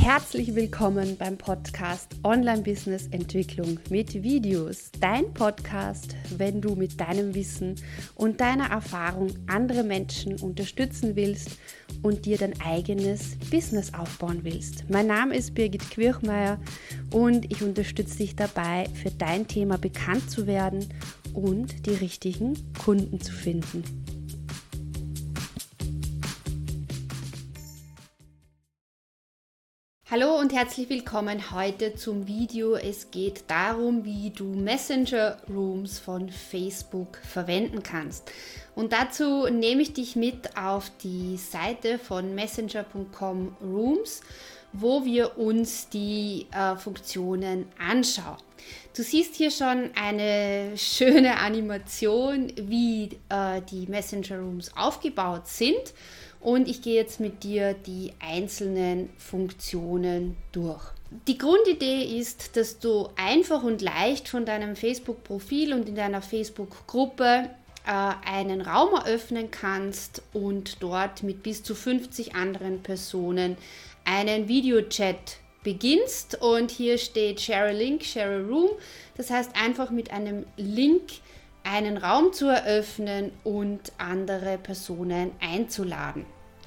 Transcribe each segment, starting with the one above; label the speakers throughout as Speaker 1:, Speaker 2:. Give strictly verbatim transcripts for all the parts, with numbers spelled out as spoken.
Speaker 1: Herzlich willkommen beim Podcast Online-Business-Entwicklung mit Videos. Dein Podcast, wenn du mit deinem Wissen und deiner Erfahrung andere Menschen unterstützen willst und dir dein eigenes Business aufbauen willst. Mein Name ist Birgit Quirchmeier und ich unterstütze dich dabei, für dein Thema bekannt zu werden und die richtigen Kunden zu finden. Hallo und herzlich willkommen heute zum Video. Es geht darum, wie du Messenger Rooms von Facebook verwenden kannst. Und dazu nehme ich dich mit auf die Seite von messenger punkt com Rooms, wo wir uns die äh, Funktionen anschauen. Du siehst hier schon eine schöne Animation, wie äh, die Messenger Rooms aufgebaut sind. Und ich gehe jetzt mit dir die einzelnen Funktionen durch. Die Grundidee ist, dass du einfach und leicht von deinem Facebook-Profil und in deiner Facebook-Gruppe äh, einen Raum eröffnen kannst und dort mit bis zu fünfzig anderen Personen einen Videochat beginnst. Und hier steht Share a Link, Share a Room. Das heißt, einfach mit einem Link einen Raum zu eröffnen und andere Personen einzuladen.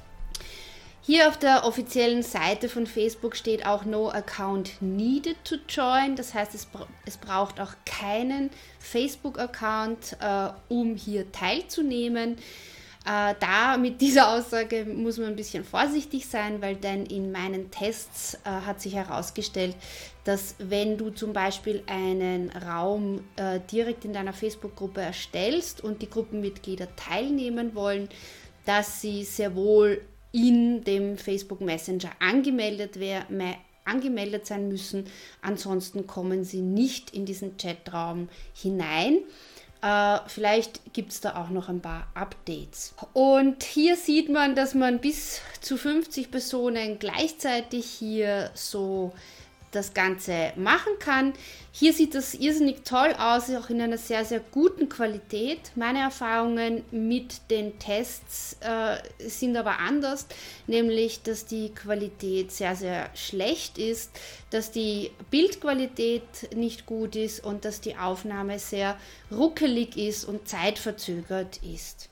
Speaker 1: Hier auf der offiziellen Seite von Facebook steht auch No Account Needed to Join. Das heißt, es, bra- es braucht auch keinen Facebook-Account, äh, um hier teilzunehmen. Äh, da mit dieser Aussage muss man ein bisschen vorsichtig sein, weil denn in meinen Tests äh, hat sich herausgestellt, dass wenn du zum Beispiel einen Raum äh, direkt in deiner Facebook-Gruppe erstellst und die Gruppenmitglieder teilnehmen wollen, dass sie sehr wohl in dem Facebook Messenger angemeldet, wär, me, angemeldet sein müssen. Ansonsten kommen sie nicht in diesen Chatraum hinein. Uh, vielleicht gibt es da auch noch ein paar Updates. Und hier sieht man, dass man bis zu fünfzig Personen gleichzeitig hier so das Ganze machen kann. Hier sieht das irrsinnig toll aus, auch in einer sehr, sehr guten Qualität. Meine Erfahrungen mit den Tests äh, sind aber anders, nämlich, dass die Qualität sehr, sehr schlecht ist, dass die Bildqualität nicht gut ist und dass die Aufnahme sehr ruckelig ist und zeitverzögert ist.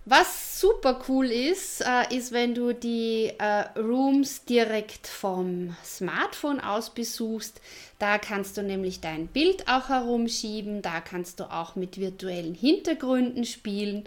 Speaker 1: Was super cool ist, äh, ist, wenn du die äh, Rooms direkt vom Smartphone aus besuchst. Da kannst du nämlich dein Bild auch herumschieben, da kannst du auch mit virtuellen Hintergründen spielen.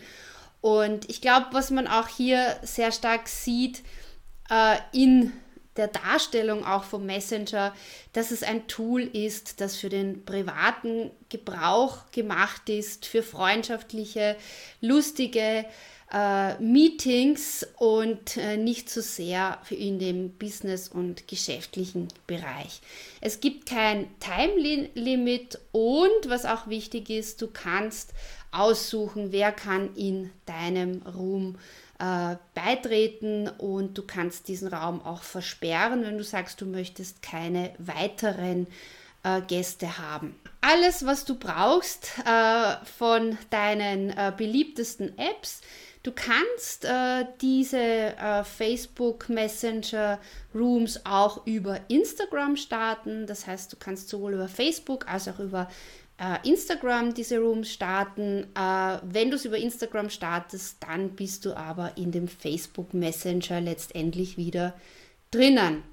Speaker 1: Und ich glaube, was man auch hier sehr stark sieht äh, in der Darstellung auch vom Messenger, dass es ein Tool ist, das für den privaten Gebrauch gemacht ist, für freundschaftliche, lustige äh, Meetings und äh, nicht so sehr für in dem Business- und geschäftlichen Bereich. Es gibt kein Time-Limit und was auch wichtig ist, du kannst aussuchen, wer kann in deinem Room äh, beitreten und du kannst diesen Raum auch versperren, wenn du sagst, du möchtest keine weiteren äh, Gäste haben. Alles, was du brauchst äh, von deinen äh, beliebtesten Apps, du kannst äh, diese äh, Facebook Messenger Rooms auch über Instagram starten. Das heißt, du kannst sowohl über Facebook als auch über äh, Instagram diese Rooms starten. Äh, wenn du es über Instagram startest, dann bist du aber in dem Facebook Messenger letztendlich wieder drinnen.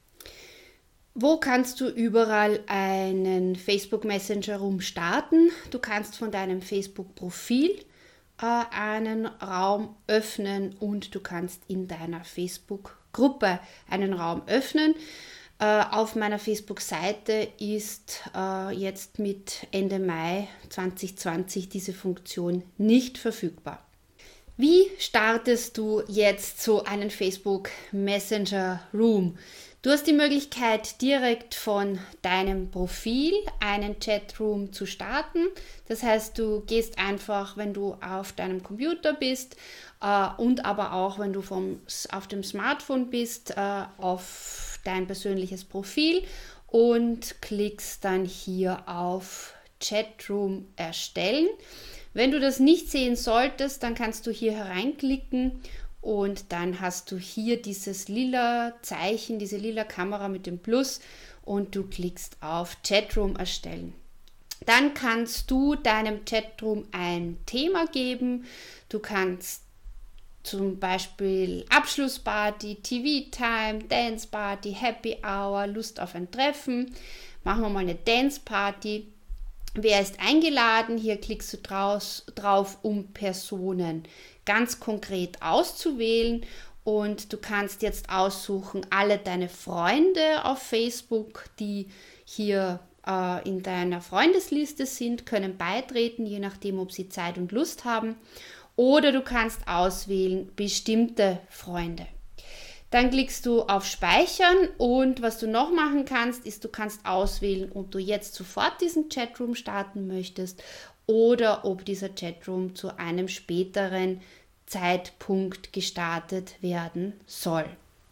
Speaker 1: Wo kannst du überall einen Facebook Messenger Room starten? Du kannst von deinem Facebook-Profil einen Raum öffnen und du kannst in deiner Facebook-Gruppe einen Raum öffnen. Äh, auf meiner Facebook-Seite ist äh, jetzt mit Ende Mai zwanzig zwanzig diese Funktion nicht verfügbar. Wie startest du jetzt so einen Facebook Messenger Room? Du hast die Möglichkeit, direkt von deinem Profil einen Chatroom zu starten. Das heißt, du gehst einfach, wenn du auf deinem Computer bist äh, und aber auch, wenn du vom, auf dem Smartphone bist, äh, auf dein persönliches Profil und klickst dann hier auf Chatroom erstellen. Wenn du das nicht sehen solltest, dann kannst du hier hereinklicken und dann hast du hier dieses lila Zeichen, diese lila Kamera mit dem Plus und du klickst auf Chatroom erstellen. Dann kannst du deinem Chatroom ein Thema geben. Du kannst zum Beispiel Abschlussparty, T V-Time, Dance-Party, Happy Hour, Lust auf ein Treffen. Machen wir mal eine Dance-Party. Wer ist eingeladen? Hier klickst du draus, drauf, um Personen ganz konkret auszuwählen. Und du kannst jetzt aussuchen, alle deine Freunde auf Facebook, die hier äh, in deiner Freundesliste sind, können beitreten, je nachdem, ob sie Zeit und Lust haben. Oder du kannst auswählen, bestimmte Freunde. Dann klickst du auf Speichern und was du noch machen kannst, ist, du kannst auswählen, ob du jetzt sofort diesen Chatroom starten möchtest oder ob dieser Chatroom zu einem späteren Zeitpunkt gestartet werden soll.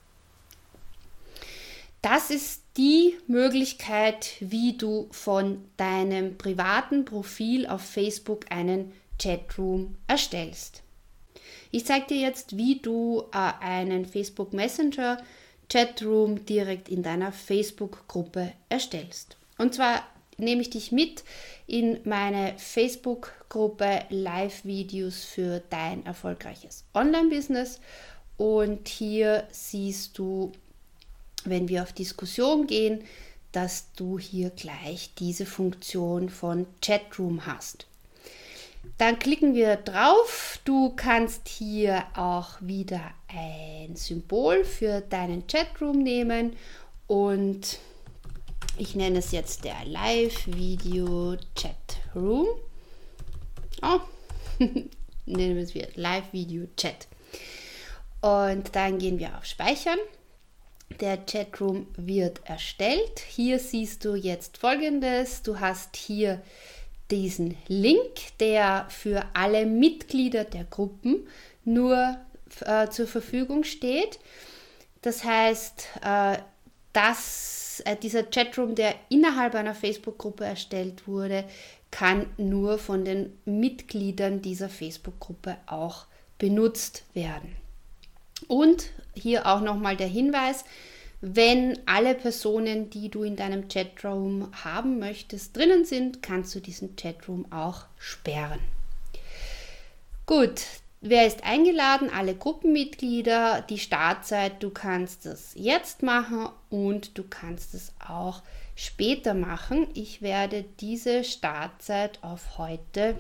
Speaker 1: Das ist die Möglichkeit, wie du von deinem privaten Profil auf Facebook einen Chatroom erstellst. Ich zeige dir jetzt, wie du äh, einen Facebook Messenger Chatroom direkt in deiner Facebook-Gruppe erstellst. Und zwar nehme ich dich mit in meine Facebook-Gruppe Live-Videos für dein erfolgreiches Online-Business. Und hier siehst du, wenn wir auf Diskussion gehen, dass du hier gleich diese Funktion von Chatroom hast. Dann klicken wir drauf. Du kannst hier auch wieder ein Symbol für deinen Chatroom nehmen und ich nenne es jetzt der Live-Video-Chatroom. Oh, nennen wir es wieder Live-Video-Chat. Und dann gehen wir auf Speichern. Der Chatroom wird erstellt. Hier siehst du jetzt Folgendes. Du hast hier diesen Link, der für alle Mitglieder der Gruppen nur äh, zur Verfügung steht. Das heißt, äh, dass äh, dieser Chatroom, der innerhalb einer Facebook-Gruppe erstellt wurde, kann nur von den Mitgliedern dieser Facebook-Gruppe auch benutzt werden. Und hier auch nochmal der Hinweis, wenn alle Personen, die du in deinem Chatroom haben möchtest, drinnen sind, kannst du diesen Chatroom auch sperren. Gut, wer ist eingeladen? Alle Gruppenmitglieder, die Startzeit, du kannst es jetzt machen und du kannst es auch später machen. Ich werde diese Startzeit auf heute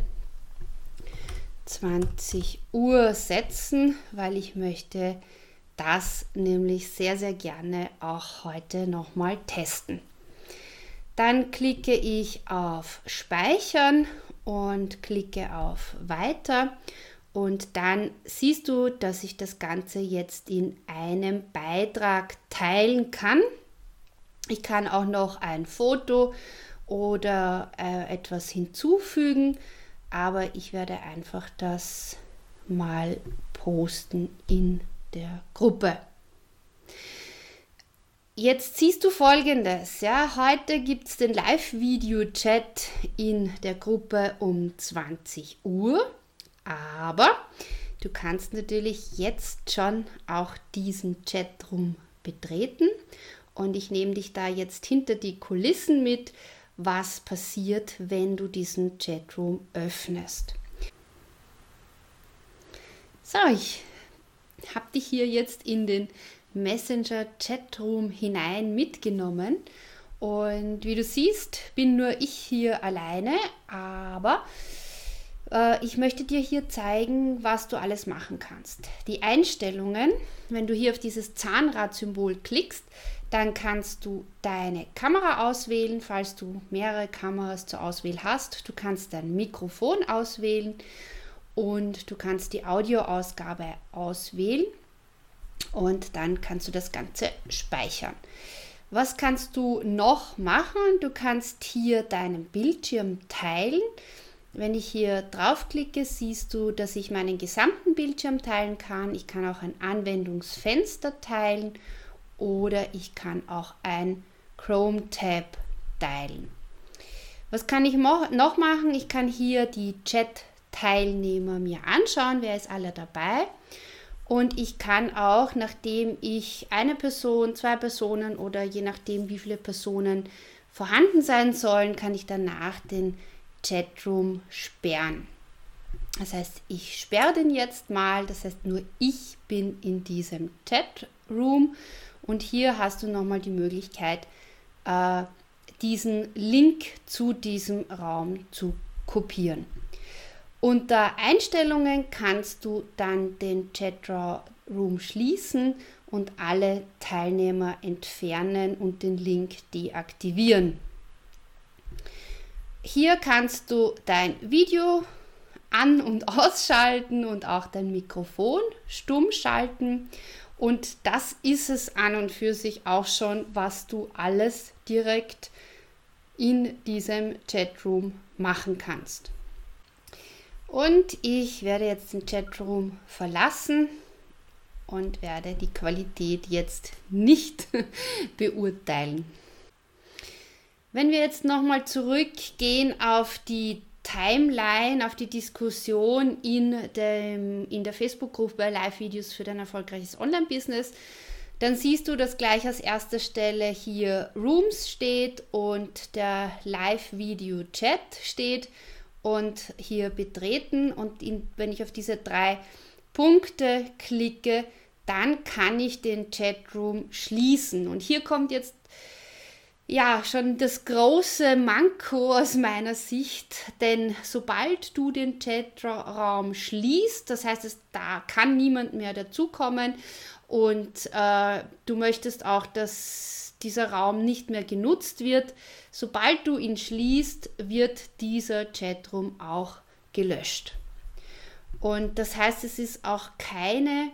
Speaker 1: zwanzig Uhr setzen, weil ich möchte das nämlich sehr, sehr gerne auch heute nochmal testen. Dann klicke ich auf Speichern und klicke auf Weiter und dann siehst du, dass ich das Ganze jetzt in einem Beitrag teilen kann. Ich kann auch noch ein Foto oder äh, etwas hinzufügen, aber ich werde einfach das mal posten in der Gruppe. Jetzt siehst du Folgendes. Ja, heute gibt es den Live-Video-Chat in der Gruppe um zwanzig Uhr, aber du kannst natürlich jetzt schon auch diesen Chatroom betreten und ich nehme dich da jetzt hinter die Kulissen mit, was passiert, wenn du diesen Chatroom öffnest. So, ich habe dich hier jetzt in den Messenger Chatroom hinein mitgenommen und wie du siehst, bin nur ich hier alleine, aber äh, ich möchte dir hier zeigen, was du alles machen kannst. Die Einstellungen, wenn du hier auf dieses Zahnrad-Symbol klickst, dann kannst du deine Kamera auswählen, falls du mehrere Kameras zur Auswahl hast. Du kannst dein Mikrofon auswählen und du kannst die Audioausgabe auswählen und dann kannst du das Ganze speichern. Was kannst du noch machen? Du kannst hier deinen Bildschirm teilen. Wenn ich hier draufklicke, siehst du, dass ich meinen gesamten Bildschirm teilen kann. Ich kann auch ein Anwendungsfenster teilen oder ich kann auch ein Chrome-Tab teilen. Was kann ich noch machen? Ich kann hier die Chat-Teilnehmer mir anschauen, wer ist alle dabei. Und ich kann auch, nachdem ich eine Person, zwei Personen oder je nachdem, wie viele Personen vorhanden sein sollen, kann ich danach den Chatroom sperren. Das heißt, ich sperre den jetzt mal, das heißt, nur ich bin in diesem Chatroom und hier hast du nochmal die Möglichkeit, äh, diesen Link zu diesem Raum zu kopieren. Unter Einstellungen kannst du dann den Chatroom schließen und alle Teilnehmer entfernen und den Link deaktivieren. Hier kannst du dein Video an- und ausschalten und auch dein Mikrofon stumm schalten. Und das ist es an und für sich auch schon, was du alles direkt in diesem Chatroom machen kannst. Und ich werde jetzt den Chatroom verlassen und werde die Qualität jetzt nicht beurteilen. Wenn wir jetzt nochmal zurückgehen auf die Timeline, auf die Diskussion in, dem, in der Facebook-Gruppe Live-Videos für dein erfolgreiches Online-Business, dann siehst du, dass gleich als erster Stelle hier Rooms steht und der Live-Video-Chat steht. Und hier betreten und in, wenn ich auf diese drei Punkte klicke, dann kann ich den Chatroom schließen. Und hier kommt jetzt ja schon das große Manko aus meiner Sicht, denn sobald du den Chatraum schließt, das heißt, es, da kann niemand mehr dazukommen und äh, du möchtest auch, dass dieser Raum nicht mehr genutzt wird. Sobald du ihn schließt, wird dieser Chatroom auch gelöscht. Und das heißt, es ist auch keine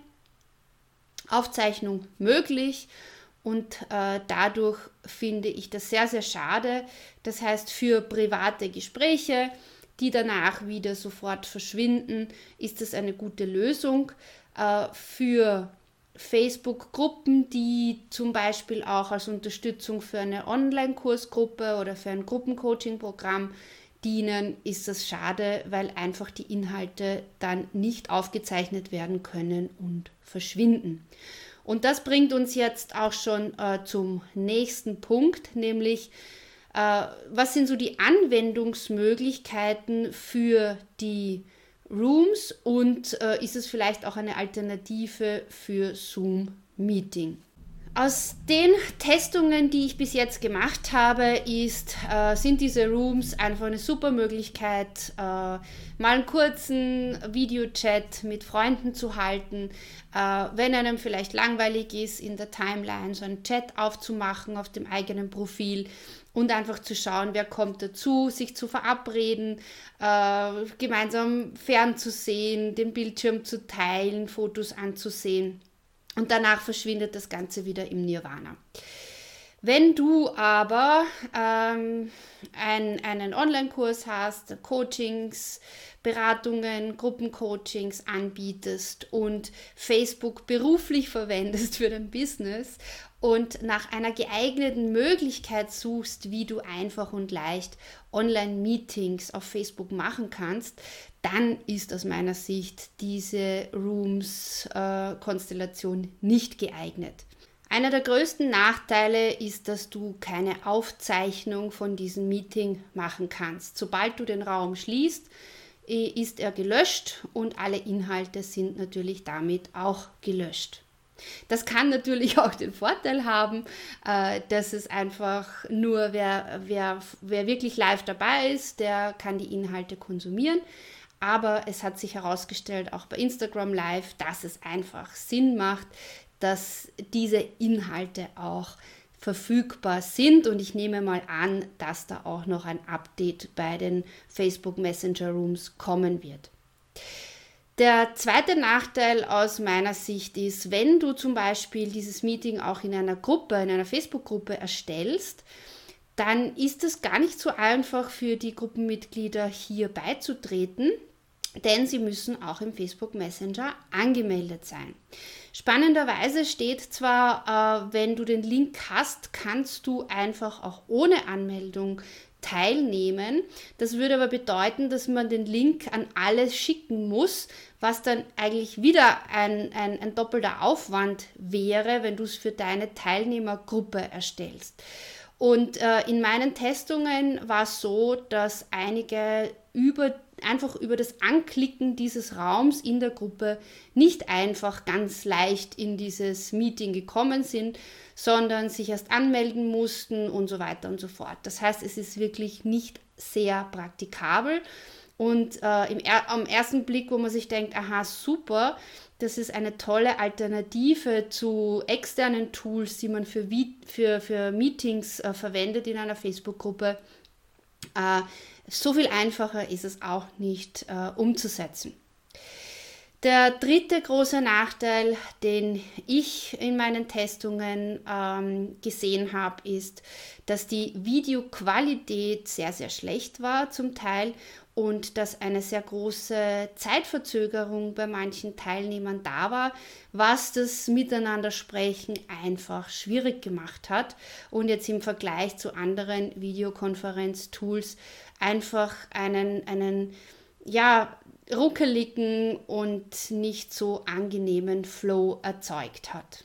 Speaker 1: Aufzeichnung möglich und äh, dadurch finde ich das sehr, sehr schade. Das heißt, für private Gespräche, die danach wieder sofort verschwinden, ist das eine gute Lösung. Äh, für Facebook-Gruppen, die zum Beispiel auch als Unterstützung für eine Online-Kursgruppe oder für ein Gruppencoaching-Programm dienen, ist das schade, weil einfach die Inhalte dann nicht aufgezeichnet werden können und verschwinden. Und das bringt uns jetzt auch schon äh, zum nächsten Punkt, nämlich äh, was sind so die Anwendungsmöglichkeiten für die Rooms und äh, ist es vielleicht auch eine Alternative für Zoom-Meeting. Aus den Testungen, die ich bis jetzt gemacht habe, ist, äh, sind diese Rooms einfach eine super Möglichkeit, äh, mal einen kurzen Videochat mit Freunden zu halten, äh, wenn einem vielleicht langweilig ist, in der Timeline so einen Chat aufzumachen auf dem eigenen Profil und einfach zu schauen, wer kommt dazu, sich zu verabreden, äh, gemeinsam fernzusehen, den Bildschirm zu teilen, Fotos anzusehen. Und danach verschwindet das Ganze wieder im Nirvana. Wenn du aber ähm, ein, einen Online-Kurs hast, Coachings, Beratungen, Gruppencoachings anbietest und Facebook beruflich verwendest für dein Business und nach einer geeigneten Möglichkeit suchst, wie du einfach und leicht Online-Meetings auf Facebook machen kannst, dann ist aus meiner Sicht diese Rooms-Konstellation äh, nicht geeignet. Einer der größten Nachteile ist, dass du keine Aufzeichnung von diesem Meeting machen kannst. Sobald du den Raum schließt, ist er gelöscht und alle Inhalte sind natürlich damit auch gelöscht. Das kann natürlich auch den Vorteil haben, dass es einfach nur, wer, wer, wer wirklich live dabei ist, der kann die Inhalte konsumieren. Aber es hat sich herausgestellt, auch bei Instagram Live, dass es einfach Sinn macht, dass diese Inhalte auch verfügbar sind. Und ich nehme mal an, dass da auch noch ein Update bei den Facebook Messenger Rooms kommen wird. Der zweite Nachteil aus meiner Sicht ist, wenn du zum Beispiel dieses Meeting auch in einer Gruppe, in einer Facebook-Gruppe erstellst, dann ist es gar nicht so einfach für die Gruppenmitglieder hier beizutreten, denn sie müssen auch im Facebook Messenger angemeldet sein. Spannenderweise steht zwar, äh, wenn du den Link hast, kannst du einfach auch ohne Anmeldung teilnehmen. Das würde aber bedeuten, dass man den Link an alle schicken muss, was dann eigentlich wieder ein, ein, ein doppelter Aufwand wäre, wenn du es für deine Teilnehmergruppe erstellst. Und äh, in meinen Testungen war es so, dass einige über, einfach über das Anklicken dieses Raums in der Gruppe nicht einfach ganz leicht in dieses Meeting gekommen sind, sondern sich erst anmelden mussten und so weiter und so fort. Das heißt, es ist wirklich nicht sehr praktikabel. Und äh, im, am ersten Blick, wo man sich denkt, aha, super, das ist eine tolle Alternative zu externen Tools, die man für, für, für Meetings äh, verwendet in einer Facebook-Gruppe. Äh, so viel einfacher ist es auch nicht äh, umzusetzen. Der dritte große Nachteil, den ich in meinen Testungen ähm, gesehen habe, ist, dass die Videoqualität sehr, sehr schlecht war zum Teil und dass eine sehr große Zeitverzögerung bei manchen Teilnehmern da war, was das Miteinandersprechen einfach schwierig gemacht hat und jetzt im Vergleich zu anderen Videokonferenz-Tools einfach einen, einen ja, ruckeligen und nicht so angenehmen Flow erzeugt hat.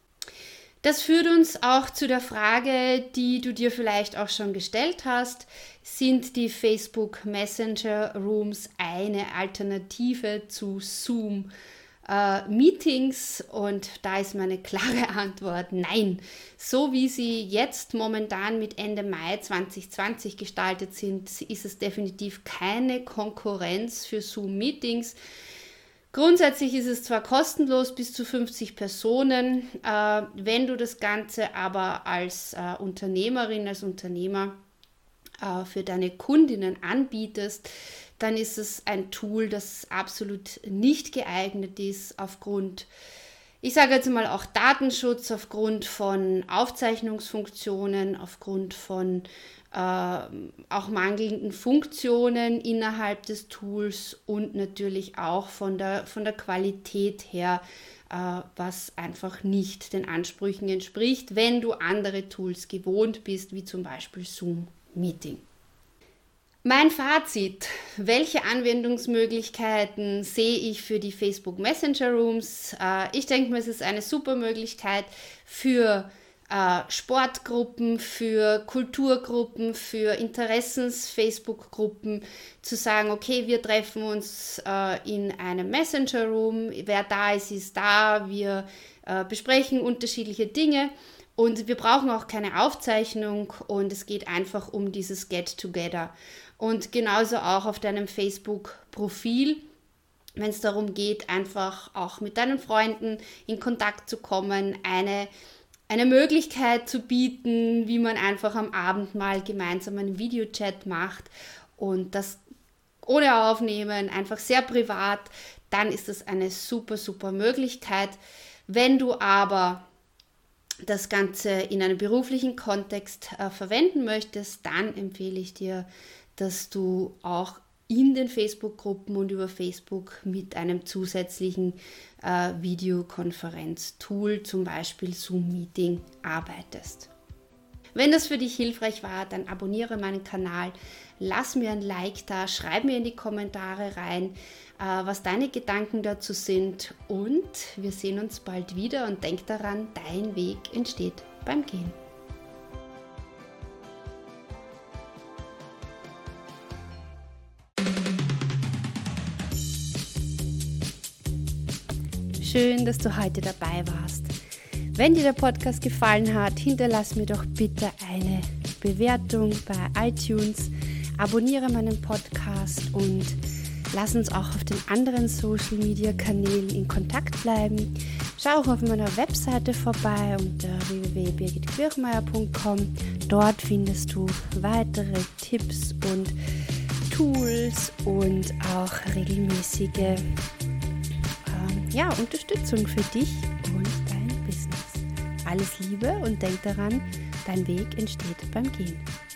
Speaker 1: Das führt uns auch zu der Frage, die du dir vielleicht auch schon gestellt hast: Sind die Facebook Messenger Rooms eine Alternative zu Zoom äh, Meetings? Und da ist meine klare Antwort: Nein. So wie sie jetzt momentan mit Ende Mai zwanzig zwanzig gestaltet sind, ist es definitiv keine Konkurrenz für Zoom Meetings. Grundsätzlich ist es zwar kostenlos bis zu fünfzig Personen, äh, wenn du das Ganze aber als äh, Unternehmerin, als Unternehmer äh, für deine Kundinnen anbietest, dann ist es ein Tool, das absolut nicht geeignet ist aufgrund, ich sage jetzt mal auch Datenschutz, aufgrund von Aufzeichnungsfunktionen, aufgrund von äh, auch mangelnden Funktionen innerhalb des Tools und natürlich auch von der, von der Qualität her, äh, was einfach nicht den Ansprüchen entspricht, wenn du andere Tools gewohnt bist, wie zum Beispiel Zoom Meeting. Mein Fazit: Welche Anwendungsmöglichkeiten sehe ich für die Facebook Messenger Rooms? Ich denke mir, es ist eine super Möglichkeit für Sportgruppen, für Kulturgruppen, für Interessens-Facebook-Gruppen, zu sagen, okay, wir treffen uns in einem Messenger Room, wer da ist, ist da, wir besprechen unterschiedliche Dinge. Und wir brauchen auch keine Aufzeichnung und es geht einfach um dieses Get-Together. Und genauso auch auf deinem Facebook-Profil, wenn es darum geht, einfach auch mit deinen Freunden in Kontakt zu kommen, eine, eine Möglichkeit zu bieten, wie man einfach am Abend mal gemeinsam einen Videochat macht und das ohne Aufnehmen, einfach sehr privat, dann ist das eine super, super Möglichkeit. Wenn du aber das Ganze in einem beruflichen Kontext äh, verwenden möchtest, dann empfehle ich dir, dass du auch in den Facebook-Gruppen und über Facebook mit einem zusätzlichen äh, Videokonferenz-Tool, zum Beispiel Zoom Meeting, arbeitest. Wenn das für dich hilfreich war, dann abonniere meinen Kanal, lass mir ein Like da, schreib mir in die Kommentare rein, äh, was deine Gedanken dazu sind und wir sehen uns bald wieder und denk daran, dein Weg entsteht beim Gehen. Schön, dass du heute dabei warst. Wenn dir der Podcast gefallen hat, hinterlass mir doch bitte eine Bewertung bei iTunes, abonniere meinen Podcast und lass uns auch auf den anderen Social Media Kanälen in Kontakt bleiben. Schau auch auf meiner Webseite vorbei unter w w w punkt birgit quirchmeier punkt com. Dort findest du weitere Tipps und Tools und auch regelmäßige ähm, ja, Unterstützung für dich und dein Business. Alles Liebe und denk daran, dein Weg entsteht beim Gehen.